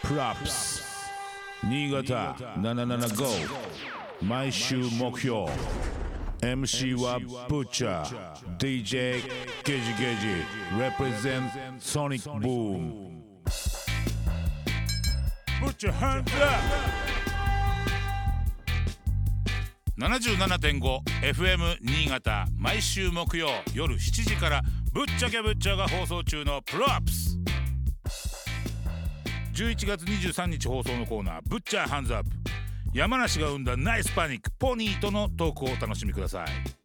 プラップス新潟775毎週目標 MC はブッチャー DJ ゲジゲジ represent Sonic Boom ブッチャーハンズアップ 77.5FM 新潟毎週木曜夜7時からぶっちゃけぶっちゃが放送中のプロアップス11月23日放送のコーナーぶっちゃハンズアップ山梨が生んだナイスパニックポニーとのトークをお楽しみくださ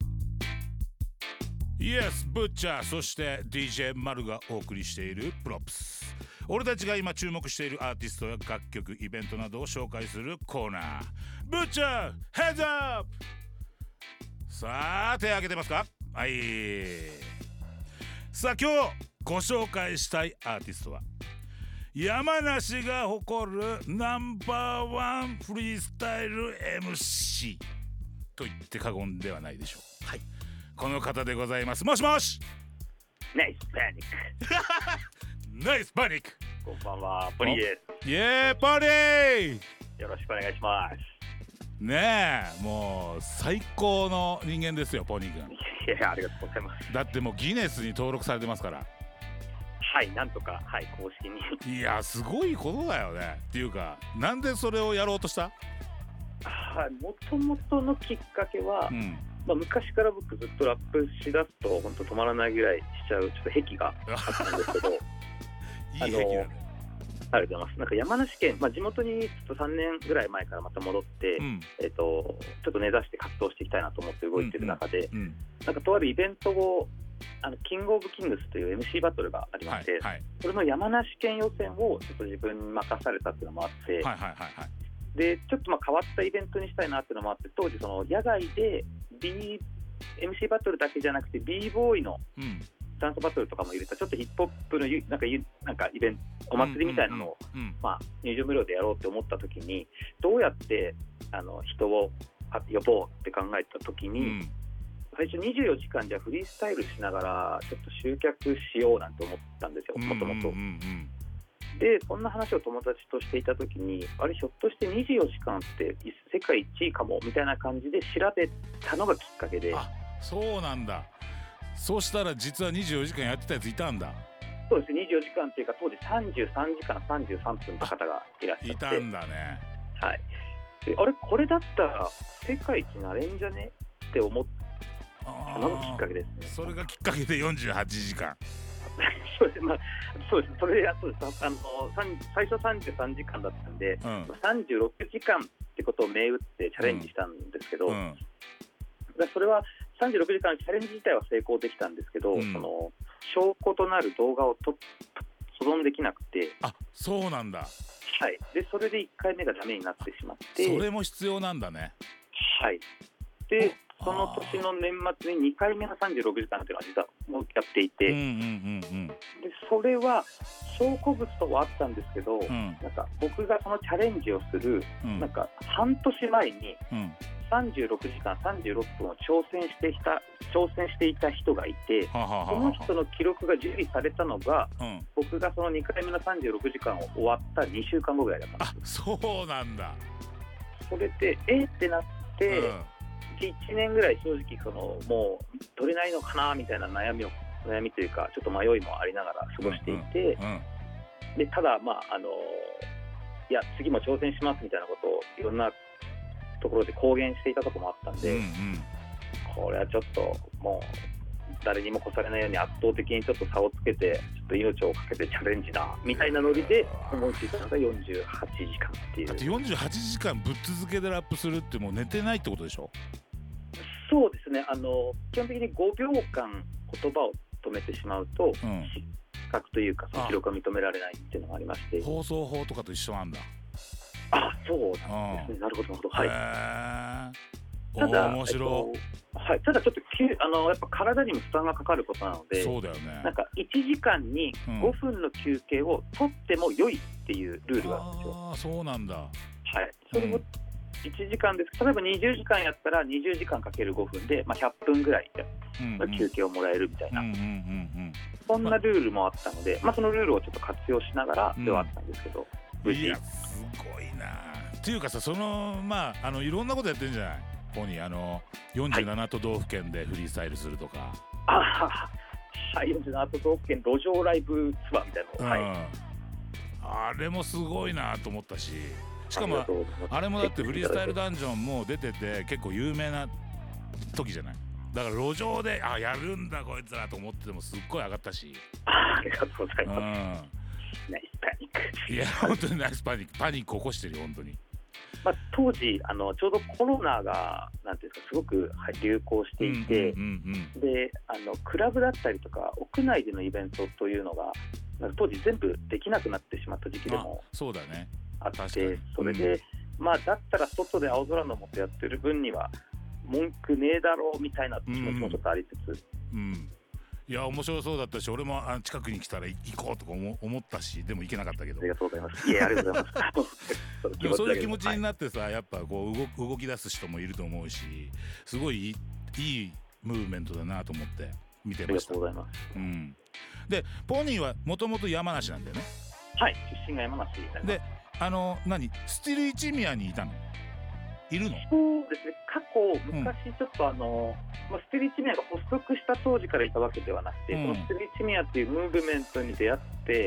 い。イエスブッチャーそして DJ マルがお送りしているプロップス俺たちが今注目しているアーティストや楽曲イベントなどを紹介するコーナーブッチャーヘッズアップさあ手挙げてますかはいさあ今日ご紹介したいアーティストは山梨が誇るナンバーワンフリースタイル MC と言って過言ではないでしょう。はい、この方でございます。もしもしナイスパニックナイスパニックこんばんは、ポリーです。 イエーパリーよろしくお願いします。 ねえもう最高の人間ですよポニー君。 いやありがとうございます。 だってもうギネスに登録されてますから。 はいなんとかはい公式にいやすごいことだよねっていうかなんでそれをやろうとした？ はいもともとのきっかけは、昔から僕ずっとラップしだすと本当止まらないぐらいしちゃうちょっと癖があったんですけどいい癖だね。ありがとうございます。なんか山梨県、地元にちょっと3年ぐらい前からまた戻って、ちょっと根ざして活動していきたいなと思って動いてる中で、なんかとあるイベントをキングオブキングスという MC バトルがありまして、それの山梨県予選をちょっと自分に任されたっていうのもあって、でちょっと変わったイベントにしたいなっていうのもあって当時その野外で、MC バトルだけじゃなくて b ボーイのダンスバトルとかも入れたちょっとヒップホップのなんかイベントお祭りみたいなのを入場無料でやろうって思った時にどうやって人を呼ぼうって考えた時に、最初24時間じゃフリースタイルしながらちょっと集客しようなんて思ったんですよもともと。でそんな話を友達としていた時にあれひょっとして24時間って世界1位かもみたいな感じで調べたのがきっかけで。 あそうなんだ。そうしたら実は24時間やってたやついたんだ。 そうです24時間っていうか当時33時間33分の方がいらっしゃっていたんだね。はいであれこれだったら世界一になれんじゃねって思ったのがきっかけですね。 それがきっかけで48時間そうです、そうです。それでそうです最初33時間だったんで、36時間ってことを銘打ってチャレンジしたんですけど、それは36時間チャレンジ自体は成功できたんですけど、その証拠となる動画を保存できなくて。 あそうなんだ。 はい。でそれで1回目がダメになってしまって。 それも必要なんだね。 はい。でその年の年末に2回目の36時間っていうのは実はやっていて、でそれは証拠物とはあったんですけど、なんか僕がそのチャレンジをする、なんか半年前に36時間36分を挑戦していた人がいて、その人の記録が受理されたのが、僕がその2回目の36時間を終わった2週間後ぐらいだったんですよ。 あそうなんだ。 それでってなって、1年ぐらい正直もう取れないのかなみたいな悩みというかちょっと迷いもありながら過ごしていて、でただいや次も挑戦しますみたいなことをいろんなところで公言していたところもあったんで、これはちょっともう誰にも越されないように圧倒的にちょっと差をつけてちょっと命をかけてチャレンジだみたいなノリで思いついたのが48時間っていう。だって 48時間ぶっ続けでラップするってもう寝てないってことでしょ？ そうですね。基本的に5秒間言葉を止めてしまうと、失格というかその記録が認められないっていうのがありまして。 放送法とかと一緒なんだ。 あ、そうなんですね。なるほどなるほど。はい。 ただ面白はい。ただちょっとやっぱ体にも負担がかかることなので、 そうだよね。 なんか1時間に5分の休憩を取っても良いっていうルールがあるんですよ。 ああ、そうなんだ。 はい。それも1時間です。例えば20時間やったら20時間かける5分で、100分ぐらいの休憩をもらえるみたいな、そんなルールもあったので、そのルールをちょっと活用しながらではあったんですけど、 無事。 いやすごいなっていうかさ、そのまあいろんなことやってるんじゃない、ポニー47都道府県でフリースタイルするとか、 はい、47都道府県路上ライブツアーみたいなの、はい、 あれもすごいなと思ったし、しかもあれもだってフリースタイルダンジョンも出てて結構有名な時じゃない。だから路上でやるんだこいつらと思っててもすっごい上がったし、 ありがとうございます。ナイスパニック。 いや本当にナイスパニック起こしてるよ本当に。 当時ちょうどコロナがなんていうんですかすごく流行していて、でクラブだったりとか屋内でのイベントというのが当時全部できなくなってしまった時期でもそうだねあって、それで、だったら外で青空の下やってる分には文句ねえだろうみたいな気持ちもちょっとありつつ、 いや面白そうだったし、俺も近くに来たら行こうとか思ったし、でも行けなかったけど。 ありがとうございます。いやありがとうございますでもそういう気持ちになってさ、やっぱこう動き出す人もいると思うし、すごいいいムーブメントだなと思って見てました。 ありがとうございます。 でポニーはもともと山梨なんだよね。 はい、出身が山梨でスティル一宮にいたの？いるの？ そうですね、過去昔ちょっとステル一宮が発足した当時からいたわけではなくて、このステル一宮っていうムーブメントに出会って、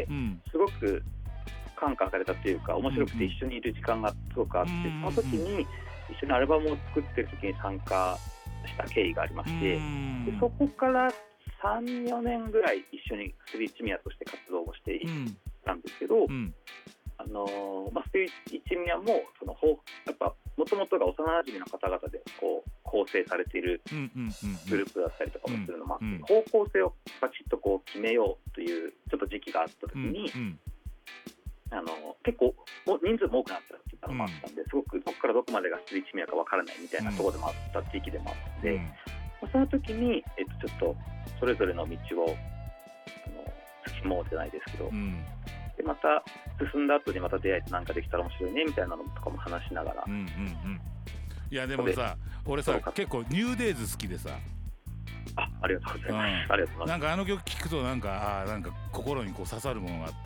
すごく感化されたというか面白くて一緒にいる時間がすごくあって、その時に一緒にアルバムを作ってる時に参加した経緯がありまして、でそこから3、4年ぐらい一緒にステル一宮として活動をしていたんですけど、ステル一宮もやっぱもともとが幼馴染の方々で構成されているグループだったりとかもするのもあって、方向性をバチッと決めようというちょっと時期があった時に、結構人数も多くなってたっていうのもあったんで、すごくどこからどこまでがステル一宮か分からないみたいなところでもあった地域でもあって、その時に、ちょっとそれぞれの道を進もうじゃないですけど、でまた進んだ後にまた出会えてなんかできたら面白いねみたいなのとかも話しながら、 いやでもさ、俺さ結構ニューデイズ好きでさ、 ありがとうございます。ありがとうございます。なんか曲聴くとなんか心に刺さるものがあって、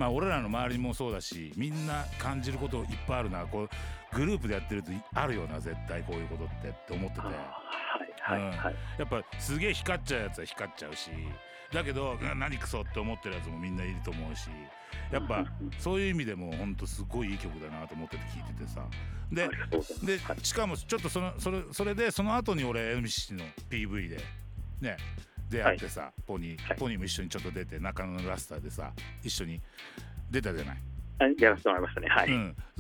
俺らの周りもそうだし、みんな感じることいっぱいあるな、グループでやってるとあるよな絶対こういうことって思ってて、やっぱすげえ光っちゃうやつは光っちゃうし、だけど何クソって思ってるやつもみんないると思うし、やっぱそういう意味でも本当すごいいい曲だなと思ってて聴いててさ、でしかもちょっとそれでその後に俺 MC の PV でね出会ってさ、ポニーも一緒にちょっと出て、中野のラスターでさ一緒に出たじゃない。 やらせてもらいましたね。はい、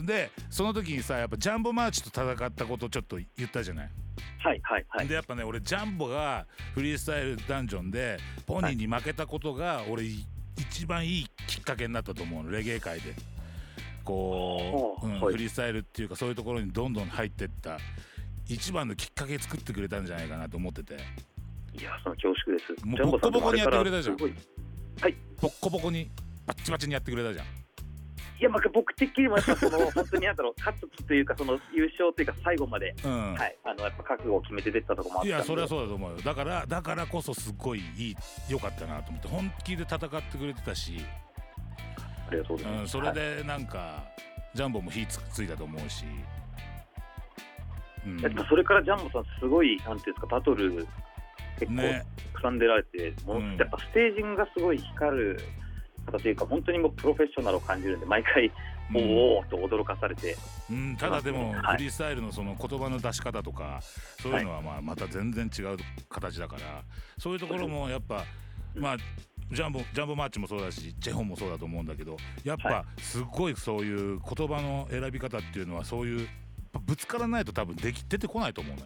でその時にさ、やっぱジャンボマーチと戦ったことちょっと言ったじゃない。でやっぱね、俺ジャンボがフリースタイルダンジョンでポニーに負けたことが俺一番いいきっかけになったと思うの、レゲエ界でフリースタイルっていうかそういうところにどんどん入ってった一番のきっかけ作ってくれたんじゃないかなと思ってて。 いや、その恐縮です。 もうボッコボコにやってくれたじゃん。 はい、 ボッコボコにバッチバチにやってくれたじゃん。 いや、僕的にはやっぱ本当に勝つというか、その優勝というか最後まで、やっぱ覚悟を決めて出たところもあったんで。 いや、それはそうだと思うよ。だからこそすごい良かったなと思って、本気で戦ってくれてたし、 ありがとうございます。 それでなんかジャンボも火ついたと思うし、 やっぱそれからジャンボさんすごいなんていうんですか、バトル結構たくさん出られて、やっぱステージングがすごい光る方というか、本当にもうプロフェッショナルを感じるんで、毎回おおと驚かされて、 ただでもフリースタイルのその言葉の出し方とかそういうのはまた全然違う形だから、そういうところもやっぱジャンボマーチもそうだしチェホンもそうだと思うんだけど、やっぱすごいそういう言葉の選び方っていうのはそういうぶつからないと多分出てこないと思うのよ。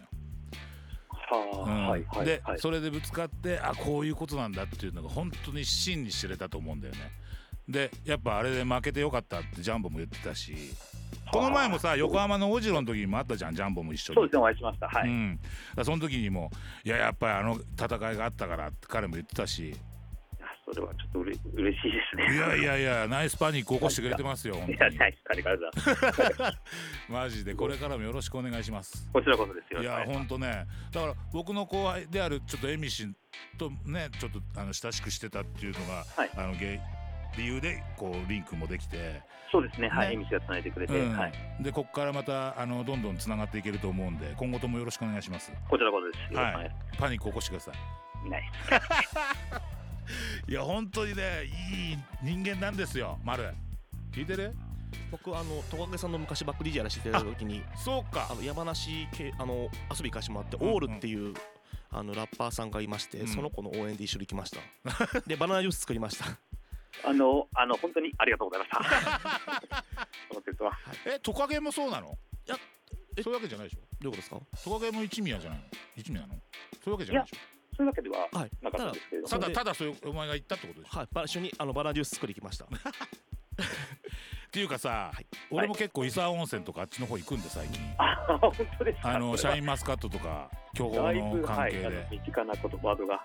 でそれでぶつかって、こういうことなんだっていうのが本当に真に知れたと思うんだよね。でやっぱあれで負けてよかったってジャンボも言ってたし、この前もさ横浜のオジロの時にもあったじゃん、ジャンボも一緒に。 そうですね、お会いしました。はい、 その時にもやっぱり戦いがあったからって彼も言ってたし、 それはちょっと嬉しいですね。 いやナイスパニック起こしてくれてますよ。本当に。 ナイスパニックありがとうございます。 マジでこれからもよろしくお願いします。 こちらこそですよ。 いや本当ね、だから僕の後輩であるちょっとエミシンとねちょっと親しくしてたっていうのが、 理由でこうリンクもできて、 そうですね、はい、道がつないでくれて、はい、 でここからまたどんどんつながっていけると思うんで、今後ともよろしくお願いします。 こちらこそです。 はい、パニック起こしてください。 ないいや本当にね、いい人間なんですよ。丸聞いてる？ 僕トカゲさんの昔バック DJ やらせていただいた時に、 そうか、 山梨系遊び行かしてもらって、オールっていうラッパーさんがいまして、その子の応援で一緒に来ましたでバナナジュース作りました。 本当にありがとうございましたその説は。 トカゲもそうなの？ いや、 そういうわけじゃないでしょ。 どういうことですか？ トカゲも一宮じゃないの？一宮なの？そういうわけじゃないでしょ。 そういうわけではなかったんですけれども、 ただそういうお前が言ったってことでしょ。 はい、一緒にバナナジュース作りに来ましたっていうかさ、俺も結構伊佐温泉とかあっちの方行くんで最近。 本当ですか？ シャインマスカットとか巨峰の関係で身近なワードが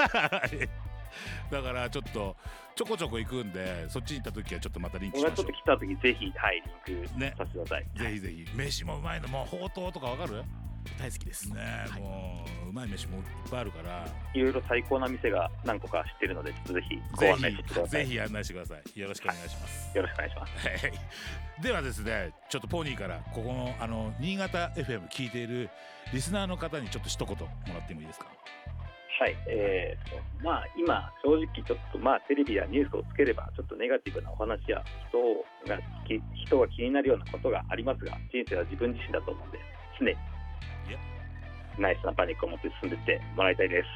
だからちょっとちょこちょこ行くんで、そっちに行った時はちょっとまたリンクし僕ましょう。 がちょっと来た時ぜひ、はい、リンクさせてください。 ぜひぜひ。飯もうまいの、もうほうとうとかわかる？ 大好きですね。もううまい飯もいっぱいあるから、 いろいろ最高な店が何個か知ってるので、ちょっとぜひご案内してください。 ぜひ案内してください。よろしくお願いします。 よろしくお願いします。 ではですね、ちょっとポニーからここの新潟 FM 聞いているリスナーの方にちょっと一言もらってもいいですか？ はい、今正直ちょっとテレビやニュースをつければちょっとネガティブなお話や人が気になるようなことがありますが、人生は自分自身だと思うんで、常にナイスなパニックを持って進んでいってもらいたいです。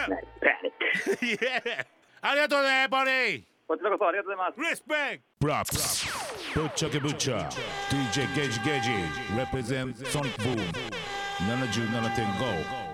ありがとうね、ポニー。 こちらこそありがとうございます。 リスペクト。プロプス。ぶっちゃけぶっちゃ。DJ ゲージゲージ。represent Sonic Boom 77.5